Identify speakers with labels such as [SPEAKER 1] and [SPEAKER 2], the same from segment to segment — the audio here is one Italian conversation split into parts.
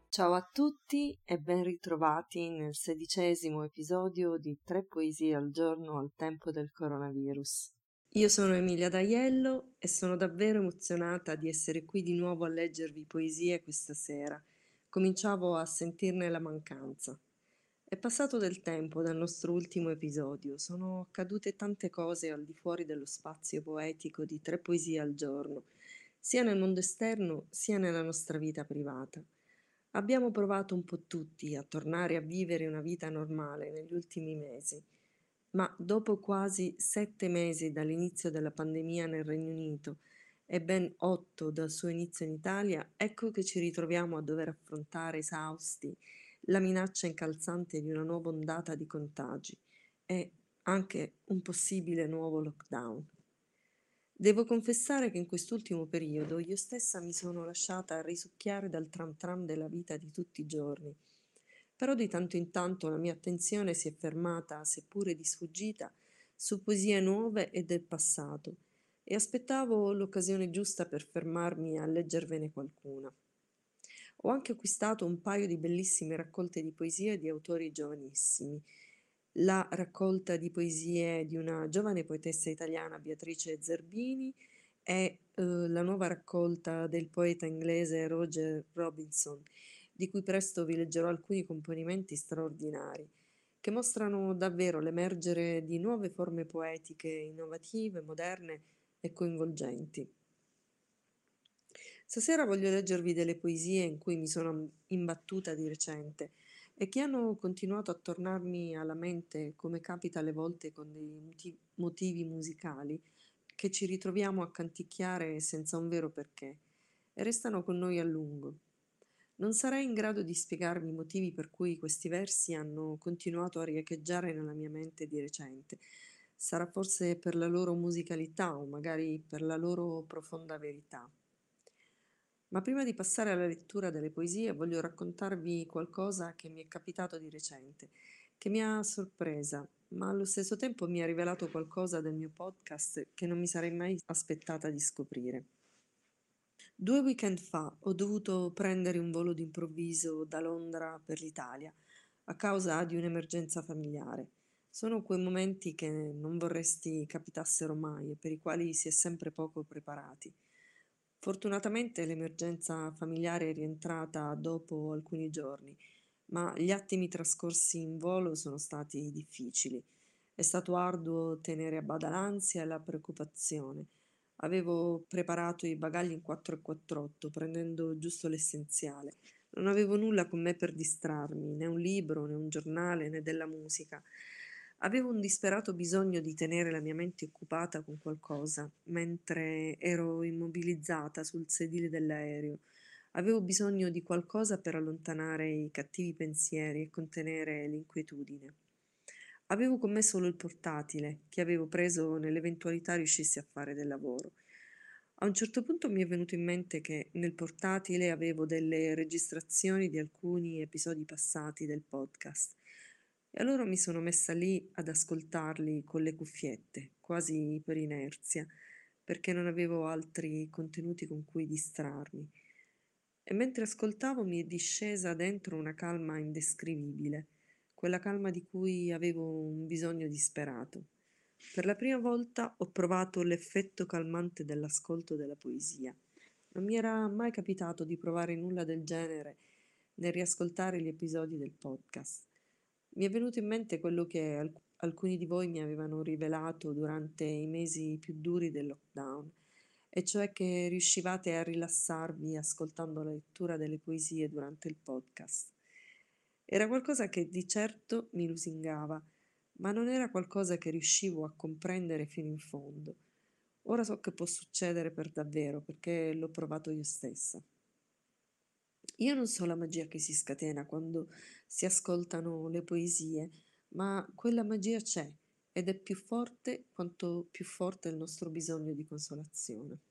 [SPEAKER 1] Ciao a tutti e ben ritrovati nel 16° episodio di 3 poesie al giorno al tempo del coronavirus. Io sono Emilia D'Aiello e sono davvero emozionata di essere qui di nuovo a leggervi poesie questa sera. Cominciavo a sentirne la mancanza. È passato del tempo dal nostro ultimo episodio, sono accadute tante cose al di fuori dello spazio poetico di 3 poesie al giorno, sia nel mondo esterno sia nella nostra vita privata. Abbiamo provato un po' tutti a tornare a vivere una vita normale negli ultimi mesi, ma dopo quasi 7 mesi dall'inizio della pandemia nel Regno Unito e ben 8 dal suo inizio in Italia, ecco che ci ritroviamo a dover affrontare esausti la minaccia incalzante di una nuova ondata di contagi e anche un possibile nuovo lockdown. Devo confessare che in quest'ultimo periodo io stessa mi sono lasciata risucchiare dal tram tram della vita di tutti i giorni. Però di tanto in tanto la mia attenzione si è fermata, seppure di sfuggita, su poesie nuove e del passato, e aspettavo l'occasione giusta per fermarmi a leggervene qualcuna. Ho anche acquistato un paio di bellissime raccolte di poesie di autori giovanissimi. La raccolta di poesie di una giovane poetessa italiana, Beatrice Zerbini, e la nuova raccolta del poeta inglese Roger Robinson, di cui presto vi leggerò alcuni componimenti straordinari, che mostrano davvero l'emergere di nuove forme poetiche innovative, moderne e coinvolgenti. Stasera voglio leggervi delle poesie in cui mi sono imbattuta di recente e che hanno continuato a tornarmi alla mente, come capita alle volte con dei motivi musicali, che ci ritroviamo a canticchiare senza un vero perché e restano con noi a lungo. Non sarei in grado di spiegarvi i motivi per cui questi versi hanno continuato a riecheggiare nella mia mente di recente. Sarà forse per la loro musicalità o magari per la loro profonda verità. Ma prima di passare alla lettura delle poesie voglio raccontarvi qualcosa che mi è capitato di recente, che mi ha sorpresa, ma allo stesso tempo mi ha rivelato qualcosa del mio podcast che non mi sarei mai aspettata di scoprire. 2 weekend fa ho dovuto prendere un volo d'improvviso da Londra per l'Italia a causa di un'emergenza familiare. Sono quei momenti che non vorresti capitassero mai e per i quali si è sempre poco preparati. Fortunatamente l'emergenza familiare è rientrata dopo alcuni giorni, ma gli attimi trascorsi in volo sono stati difficili. È stato arduo tenere a bada l'ansia e la preoccupazione. Avevo preparato i bagagli in 448, prendendo giusto l'essenziale. Non avevo nulla con me per distrarmi, né un libro, né un giornale, né della musica. Avevo un disperato bisogno di tenere la mia mente occupata con qualcosa, mentre ero immobilizzata sul sedile dell'aereo. Avevo bisogno di qualcosa per allontanare i cattivi pensieri e contenere l'inquietudine. Avevo con me solo il portatile, che avevo preso nell'eventualità riuscissi a fare del lavoro. A un certo punto mi è venuto in mente che nel portatile avevo delle registrazioni di alcuni episodi passati del podcast. E allora mi sono messa lì ad ascoltarli con le cuffiette, quasi per inerzia, perché non avevo altri contenuti con cui distrarmi. E mentre ascoltavo mi è discesa dentro una calma indescrivibile, quella calma di cui avevo un bisogno disperato. Per la prima volta ho provato l'effetto calmante dell'ascolto della poesia. Non mi era mai capitato di provare nulla del genere nel riascoltare gli episodi del podcast. Mi è venuto in mente quello che alcuni di voi mi avevano rivelato durante i mesi più duri del lockdown, e cioè che riuscivate a rilassarvi ascoltando la lettura delle poesie durante il podcast. Era qualcosa che di certo mi lusingava, ma non era qualcosa che riuscivo a comprendere fino in fondo. Ora so che può succedere per davvero, perché l'ho provato io stessa. Io non so la magia che si scatena quando si ascoltano le poesie, ma quella magia c'è ed è più forte quanto più forte è il nostro bisogno di consolazione.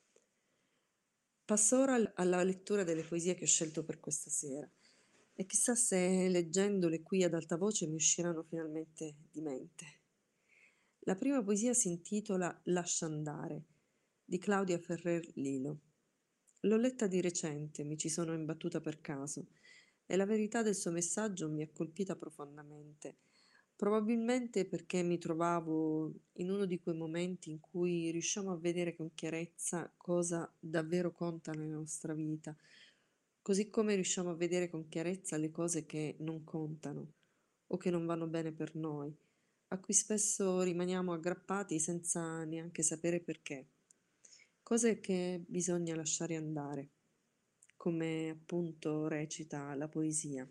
[SPEAKER 1] Passo ora alla lettura delle poesie che ho scelto per questa sera e chissà se leggendole qui ad alta voce mi usciranno finalmente di mente. La prima poesia si intitola Lascia andare, di Claudia Ferrer Lilo. L'ho letta di recente, mi ci sono imbattuta per caso e la verità del suo messaggio mi ha colpita profondamente. Probabilmente perché mi trovavo in uno di quei momenti in cui riusciamo a vedere con chiarezza cosa davvero conta nella nostra vita, così come riusciamo a vedere con chiarezza le cose che non contano o che non vanno bene per noi, a cui spesso rimaniamo aggrappati senza neanche sapere perché. Cose che bisogna lasciare andare, come appunto recita la poesia.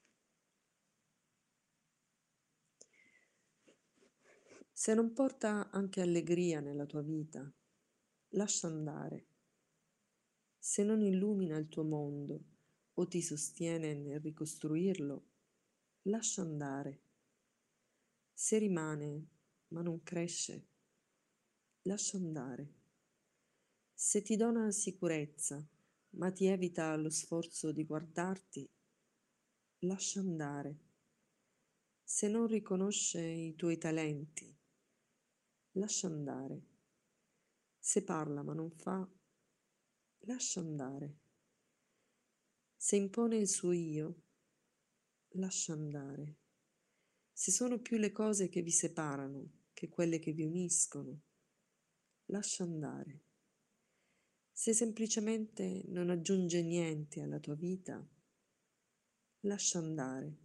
[SPEAKER 1] Se non porta anche allegria nella tua vita, lascia andare. Se non illumina il tuo mondo o ti sostiene nel ricostruirlo, lascia andare. Se rimane ma non cresce, lascia andare. Se ti dona sicurezza ma ti evita lo sforzo di guardarti, lascia andare. Se non riconosce i tuoi talenti, lascia andare. Se parla ma non fa, lascia andare. Se impone il suo io, lascia andare. Se sono più le cose che vi separano che quelle che vi uniscono, lascia andare. Se semplicemente non aggiunge niente alla tua vita, lascia andare.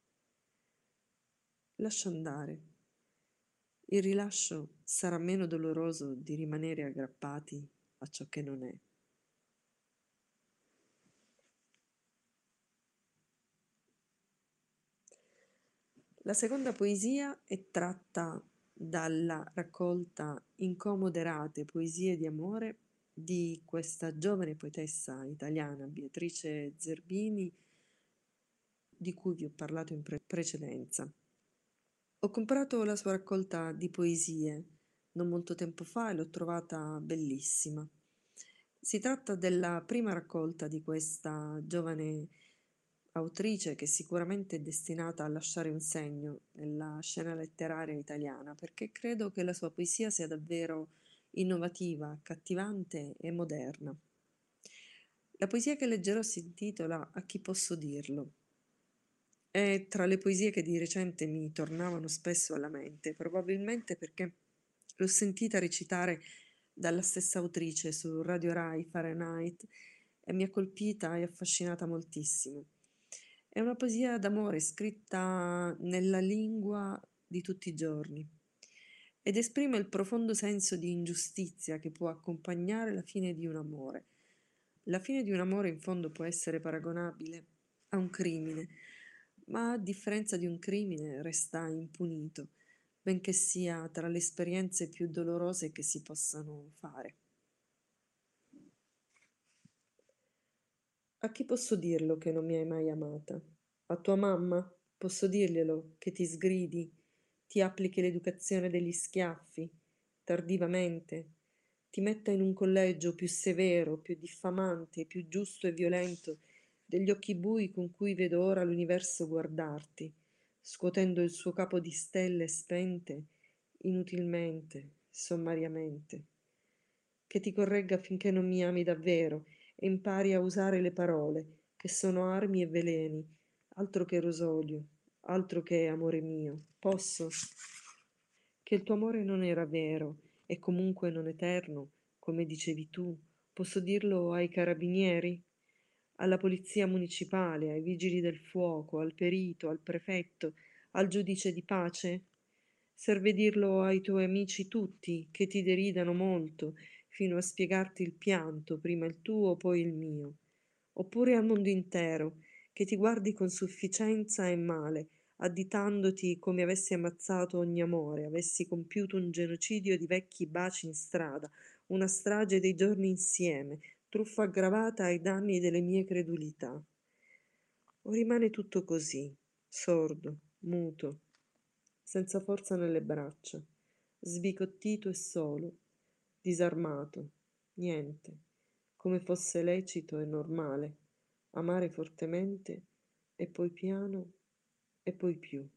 [SPEAKER 1] Lascia andare. Il rilascio sarà meno doloroso di rimanere aggrappati a ciò che non è. La seconda poesia è tratta dalla raccolta Incomoderate poesie di amore di questa giovane poetessa italiana, Beatrice Zerbini, di cui vi ho parlato in precedenza. Ho comprato la sua raccolta di poesie non molto tempo fa e l'ho trovata bellissima. Si tratta della prima raccolta di questa giovane autrice che sicuramente è destinata a lasciare un segno nella scena letteraria italiana, perché credo che la sua poesia sia davvero innovativa, accattivante e moderna. La poesia che leggerò si intitola A chi posso dirlo. È tra le poesie che di recente mi tornavano spesso alla mente, probabilmente perché l'ho sentita recitare dalla stessa autrice su Radio Rai Fahrenheit e mi ha colpita e affascinata moltissimo. È una poesia d'amore scritta nella lingua di tutti i giorni ed esprime il profondo senso di ingiustizia che può accompagnare la fine di un amore. La fine di un amore in fondo può essere paragonabile a un crimine, ma a differenza di un crimine resta impunito, benché sia tra le esperienze più dolorose che si possano fare. A chi posso dirlo che non mi hai mai amata? A tua mamma? Posso dirglielo che ti sgridi, ti applichi l'educazione degli schiaffi, tardivamente, ti metta in un collegio più severo, più diffamante, più giusto e violento degli occhi bui con cui vedo ora l'universo guardarti, scuotendo il suo capo di stelle spente, inutilmente, sommariamente. Che ti corregga finché non mi ami davvero e impari a usare le parole, che sono armi e veleni, altro che rosolio, altro che amore mio. Posso? Che il tuo amore non era vero e comunque non eterno, come dicevi tu, posso dirlo ai carabinieri? Alla polizia municipale, ai vigili del fuoco, al perito, al prefetto, al giudice di pace? Serve dirlo ai tuoi amici tutti, che ti deridano molto, fino a spiegarti il pianto, prima il tuo, poi il mio. Oppure al mondo intero, che ti guardi con sufficienza e male, additandoti come avessi ammazzato ogni amore, avessi compiuto un genocidio di vecchi baci in strada, una strage dei giorni insieme, truffa aggravata ai danni delle mie credulità. O rimane tutto così, sordo, muto, senza forza nelle braccia, sbigottito e solo, disarmato, niente, come fosse lecito e normale, amare fortemente e poi piano e poi più.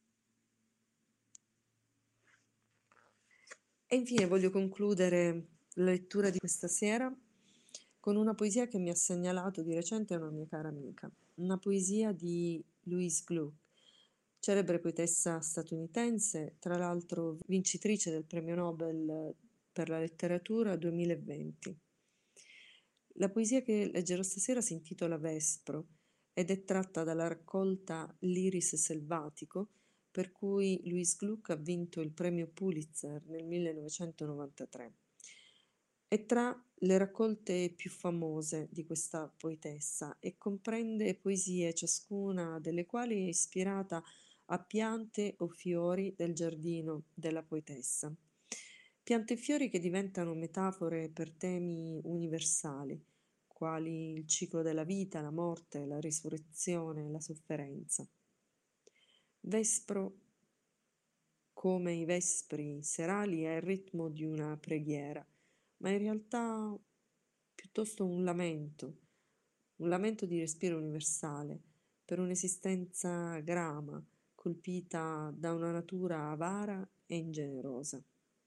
[SPEAKER 1] E infine voglio concludere la lettura di questa sera con una poesia che mi ha segnalato di recente una mia cara amica, una poesia di Louise Gluck, celebre poetessa statunitense, tra l'altro vincitrice del premio Nobel per la letteratura 2020. La poesia che leggerò stasera si intitola Vespro ed è tratta dalla raccolta L'Iris selvatico, per cui Louise Gluck ha vinto il premio Pulitzer nel 1993. È tra le raccolte più famose di questa poetessa e comprende poesie ciascuna delle quali è ispirata a piante o fiori del giardino della poetessa. Piante e fiori che diventano metafore per temi universali, quali il ciclo della vita, la morte, la risurrezione, la sofferenza. Vespro, come i vespri serali, è il ritmo di una preghiera, ma in realtà piuttosto un lamento di respiro universale per un'esistenza grama, colpita da una natura avara e ingenerosa.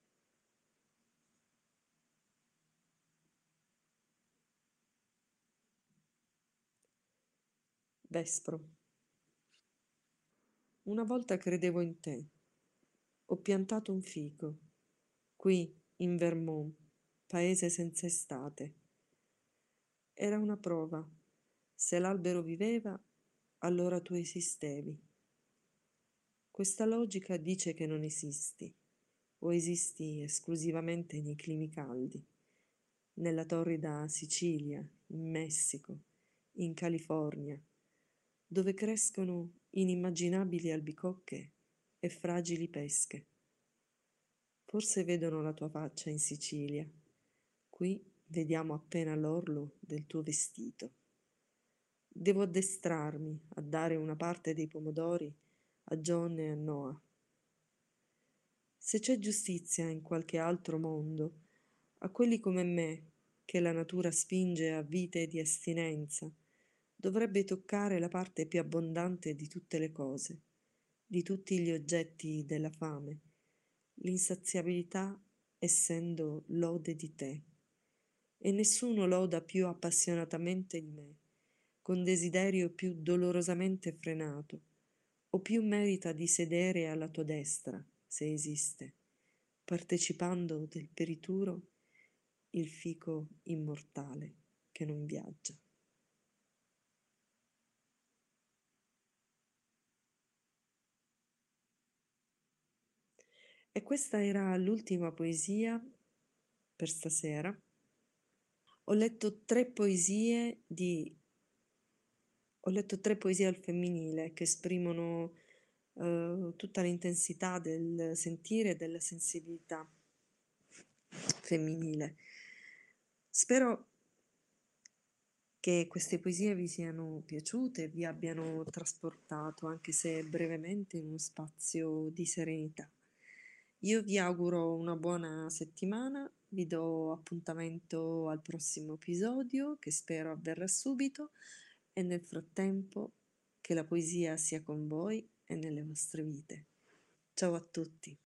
[SPEAKER 1] Vespro. Una volta credevo in te. Ho piantato un fico, qui in Vermont, paese senza estate. Era una prova. Se l'albero viveva, allora tu esistevi. Questa logica dice che non esisti, o esisti esclusivamente nei climi caldi, nella torrida Sicilia, in Messico, in California, dove crescono inimmaginabili albicocche e fragili pesche. Forse vedono la tua faccia in Sicilia, qui vediamo appena l'orlo del tuo vestito. Devo addestrarmi a dare una parte dei pomodori a John e a Noah. Se c'è giustizia in qualche altro mondo, a quelli come me, che la natura spinge a vite di astinenza, dovrebbe toccare la parte più abbondante di tutte le cose, di tutti gli oggetti della fame, l'insaziabilità essendo lode di te. E nessuno loda più appassionatamente di me, con desiderio più dolorosamente frenato, o più merita di sedere alla tua destra, se esiste, partecipando del perituro il fico immortale che non viaggia. E questa era l'ultima poesia per stasera. Ho letto tre poesie di Ho letto tre poesie al femminile che esprimono tutta l'intensità del sentire e della sensibilità femminile. Spero che queste poesie vi siano piaciute, vi abbiano trasportato, anche se brevemente, in uno spazio di serenità. Io vi auguro una buona settimana, vi do appuntamento al prossimo episodio che spero avverrà subito e nel frattempo che la poesia sia con voi e nelle vostre vite. Ciao a tutti.